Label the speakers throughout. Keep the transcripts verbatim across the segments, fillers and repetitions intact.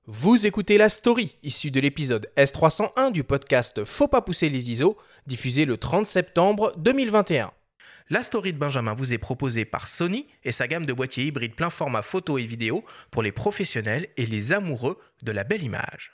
Speaker 1: Vous écoutez La Story, issue de l'épisode S trois cent un du podcast Faut pas pousser les I S O, diffusé le trente septembre deux mille vingt et un. La Story de Benjamin vous est proposée par Sony et sa gamme de boîtiers hybrides plein format photo et vidéo pour les professionnels et les amoureux de la belle image.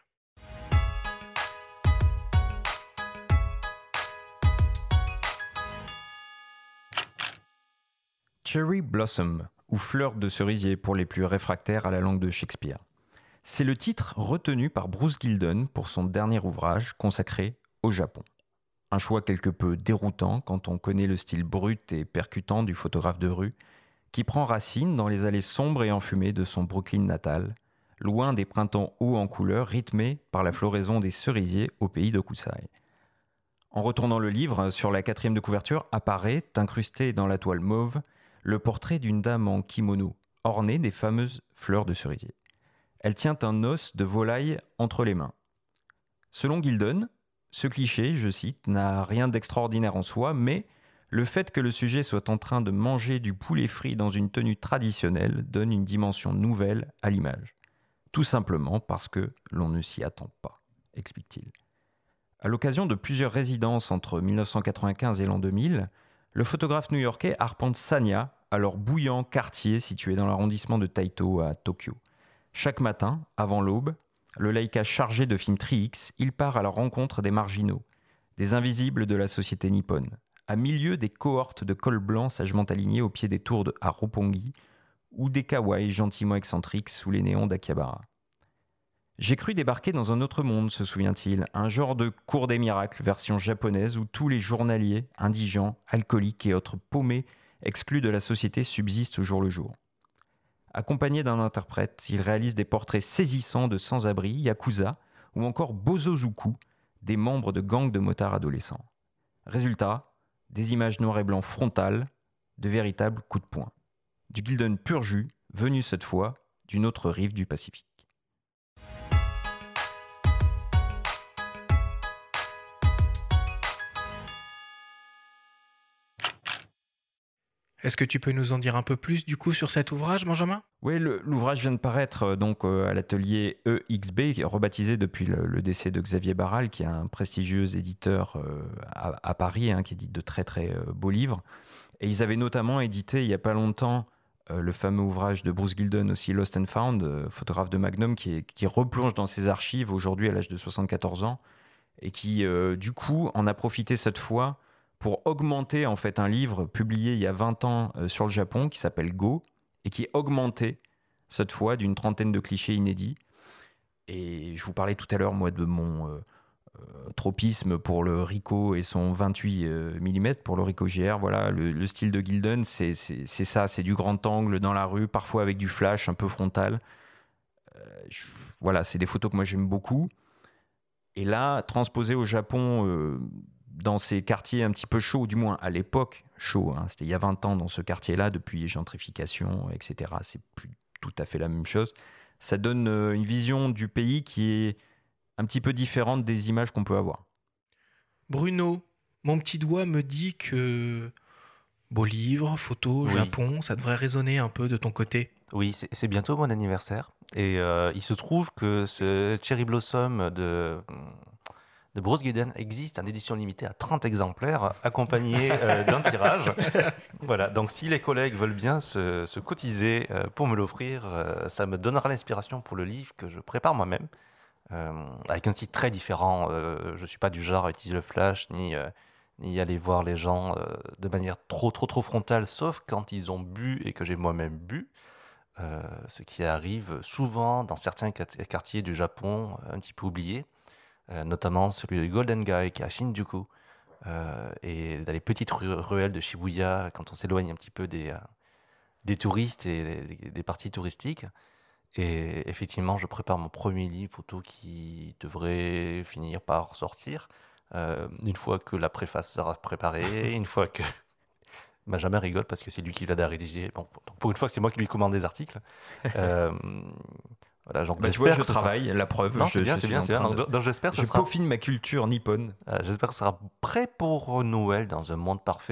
Speaker 2: Cherry Blossom, ou fleur de cerisier pour les plus réfractaires à la langue de Shakespeare. C'est le titre retenu par Bruce Gilden pour son dernier ouvrage consacré au Japon. Un choix quelque peu déroutant quand on connaît le style brut et percutant du photographe de rue, qui prend racine dans les allées sombres et enfumées de son Brooklyn natal, loin des printemps hauts en couleurs rythmés par la floraison des cerisiers au pays d'Okusai. En retournant le livre, sur la quatrième de couverture apparaît, incrusté dans la toile mauve, le portrait d'une dame en kimono, ornée des fameuses fleurs de cerisier. Elle tient un os de volaille entre les mains. Selon Gilden, ce cliché, je cite, n'a rien d'extraordinaire en soi, mais le fait que le sujet soit en train de manger du poulet frit dans une tenue traditionnelle donne une dimension nouvelle à l'image. Tout simplement parce que l'on ne s'y attend pas, explique-t-il. À l'occasion de plusieurs résidences entre dix-neuf cent quatre-vingt-quinze et l'an deux mille, le photographe new-yorkais arpente Sanya, alors bouillant quartier situé dans l'arrondissement de Taito à Tokyo. Chaque matin, avant l'aube, le Leica chargé de films tri X, il part à la rencontre des marginaux, des invisibles de la société nippone, à milieu des cohortes de cols blancs sagement alignés au pied des tours de Roppongi ou des kawaii gentiment excentriques sous les néons d'Akihabara. J'ai cru débarquer dans un autre monde, se souvient-il, un genre de cours des miracles version japonaise où tous les journaliers, indigents, alcooliques et autres paumés exclus de la société subsistent au jour le jour. Accompagné d'un interprète, il réalise des portraits saisissants de sans-abri, yakuza ou encore bozozuku, des membres de gangs de motards adolescents. Résultat, des images noir et blanc frontales, de véritables coups de poing. Du Gilden pur jus, venu cette fois d'une autre rive du Pacifique.
Speaker 1: Est-ce que tu peux nous en dire un peu plus du coup sur cet ouvrage, Benjamin ?
Speaker 2: Oui, le, l'ouvrage vient de paraître euh, donc euh, à l'atelier E X B, rebaptisé depuis le, le décès de Xavier Barral, qui est un prestigieux éditeur euh, à, à Paris, hein, qui édite de très très euh, beaux livres. Et ils avaient notamment édité il n'y a pas longtemps euh, le fameux ouvrage de Bruce Gilden, aussi Lost and Found, euh, photographe de Magnum, qui, est, qui replonge dans ses archives aujourd'hui à l'âge de soixante-quatorze ans, et qui euh, du coup en a profité cette fois pour augmenter en fait un livre publié il y a vingt ans euh, sur le Japon qui s'appelle Go et qui est augmenté cette fois d'une trentaine de clichés inédits. Et je vous parlais tout à l'heure moi de mon euh, euh, tropisme pour le Ricoh et son vingt-huit millimètres pour le Ricoh G R. Voilà, le, le style de Gilden, c'est, c'est, c'est ça, c'est du grand angle dans la rue, parfois avec du flash un peu frontal. Euh, je, voilà, c'est des photos que moi j'aime beaucoup. Et là, transposé au Japon, euh, dans ces quartiers un petit peu chauds, du moins à l'époque chaud, hein, c'était il y a vingt ans dans ce quartier-là, depuis gentrification, et cetera. C'est plus tout à fait la même chose. Ça donne euh, une vision du pays qui est un petit peu différente des images qu'on peut avoir.
Speaker 1: Bruno, mon petit doigt me dit que beau livre, photo,
Speaker 3: Oui.
Speaker 1: Japon, ça devrait résonner un peu de ton côté.
Speaker 3: Oui, c'est, c'est bientôt mon anniversaire. Et euh, il se trouve que ce Cherry Blossom de, de Bruce Gilden existe en édition limitée à trente exemplaires, accompagné euh, d'un tirage. Voilà, donc si les collègues veulent bien se, se cotiser euh, pour me l'offrir, euh, ça me donnera l'inspiration pour le livre que je prépare moi-même, euh, avec un style très différent. Euh, je ne suis pas du genre à utiliser le flash, ni... Euh, ni aller voir les gens euh, de manière trop, trop, trop frontale, sauf quand ils ont bu et que j'ai moi-même bu. Euh, ce qui arrive souvent dans certains quartiers du Japon, un petit peu oubliés, euh, notamment celui de Golden Gai qui est à Shinjuku, euh, et dans les petites ru- ruelles de Shibuya, quand on s'éloigne un petit peu des, euh, des touristes et des, des parties touristiques. Et effectivement, je prépare mon premier livre photo qui devrait finir par sortir, euh, une fois que la préface sera préparée, une fois que... Benjamin rigole parce que c'est lui qui l'a rédigé. Bon, donc pour une fois, c'est moi qui lui commande des articles. Euh, voilà, genre,
Speaker 2: bah, tu vois, je travaille, sera... la preuve.
Speaker 3: Non,
Speaker 2: je,
Speaker 3: c'est bien,
Speaker 2: je
Speaker 3: c'est bien. C'est bien.
Speaker 2: De...
Speaker 3: Donc, donc, j'espère que
Speaker 2: je
Speaker 3: ce sera...
Speaker 2: peaufine ma culture nippone.
Speaker 3: Euh, j'espère que ce sera prêt pour Noël dans un monde parfait.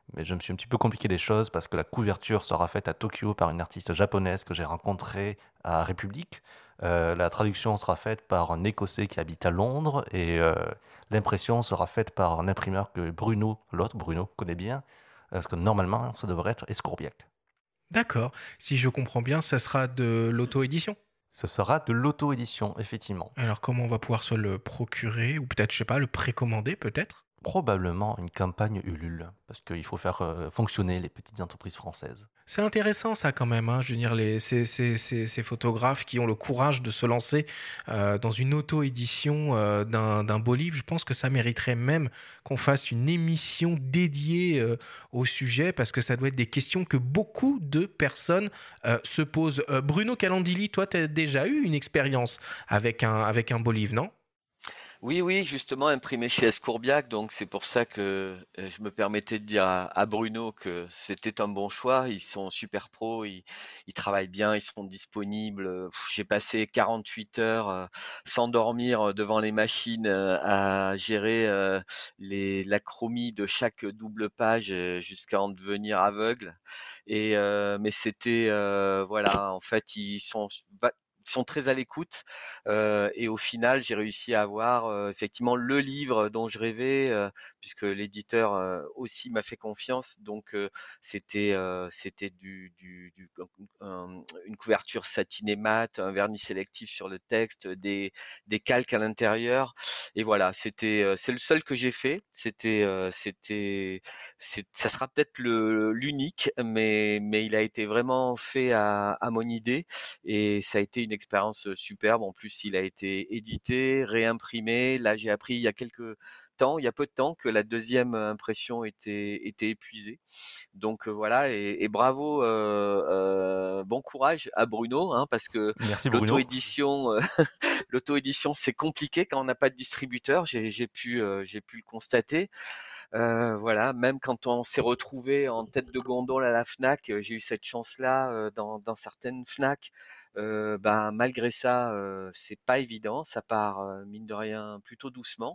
Speaker 3: mais je me suis un petit peu compliqué les choses parce que la couverture sera faite à Tokyo par une artiste japonaise que j'ai rencontrée à République. Euh, la traduction sera faite par un Écossais qui habite à Londres et euh, l'impression sera faite par un imprimeur que Bruno, l'autre Bruno, connaît bien, parce que normalement, ça devrait être Escourbiac.
Speaker 1: D'accord. Si je comprends bien, ça sera de l'auto-édition.
Speaker 3: Ce sera de l'auto-édition, effectivement.
Speaker 1: Alors comment on va pouvoir se le procurer ou peut-être, je sais pas, le précommander peut-être?
Speaker 3: Probablement une campagne Ulule, parce qu'il faut faire euh, fonctionner les petites entreprises françaises.
Speaker 1: C'est intéressant ça quand même, hein. Je veux dire, les, ces, ces- ces- ces photographes qui ont le courage de se lancer euh, dans une auto-édition euh, d'un, d'un beau livre, je pense que ça mériterait même qu'on fasse une émission dédiée euh, au sujet parce que ça doit être des questions que beaucoup de personnes euh, se posent. Euh, Bruno Calandili, toi, tu as déjà eu une expérience avec un, avec un beau livre, non?
Speaker 4: Oui, oui, justement, imprimé chez Escourbiac, donc c'est pour ça que euh, je me permettais de dire à, à Bruno que c'était un bon choix. Ils sont super pros, ils, ils travaillent bien, ils sont disponibles. Euh, pff, J'ai passé quarante-huit heures euh, sans dormir euh, devant les machines euh, à gérer euh, les, la chromie de chaque double page euh, jusqu'à en devenir aveugle. Et euh, mais c'était euh, voilà, en fait, ils sont va- ils sont très à l'écoute. Euh, et au final, j'ai réussi à avoir euh, effectivement le livre dont je rêvais, euh, puisque l'éditeur euh, aussi m'a fait confiance. Donc euh, c'était euh, c'était du, du, du- un- une couverture satinée mat, un vernis sélectif sur le texte, des, des calques à l'intérieur. Et voilà, c'était euh, c'est le seul que j'ai fait. C'était euh, c'était c'est- ça sera peut-être le l'unique, mais mais il a été vraiment fait à, à mon idée. Et ça a été une expérience superbe. En plus, il a été édité, réimprimé. Là, j'ai appris il y a quelques temps, il y a peu de temps, que la deuxième impression était, était épuisée. Donc euh, voilà, et, et bravo, euh, euh, bon courage à Bruno, hein, parce que
Speaker 3: Merci Bruno.
Speaker 4: l'auto-édition, euh, l'auto-édition, c'est compliqué quand on n'a pas de distributeur. J'ai, j'ai pu, euh, j'ai pu le constater. Euh, voilà, même quand on s'est retrouvé en tête de gondole à la Fnac, euh, j'ai eu cette chance-là euh, dans, dans certaines Fnac. Euh, ben, malgré ça, euh, c'est pas évident. Ça part euh, mine de rien plutôt doucement.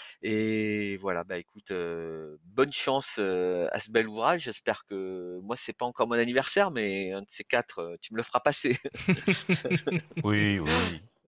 Speaker 4: Et voilà, bah écoute, euh, bonne chance euh, à ce bel ouvrage. J'espère que moi c'est pas encore mon anniversaire, mais un de ces quatre, euh, tu me le feras passer.
Speaker 3: Oui, oui.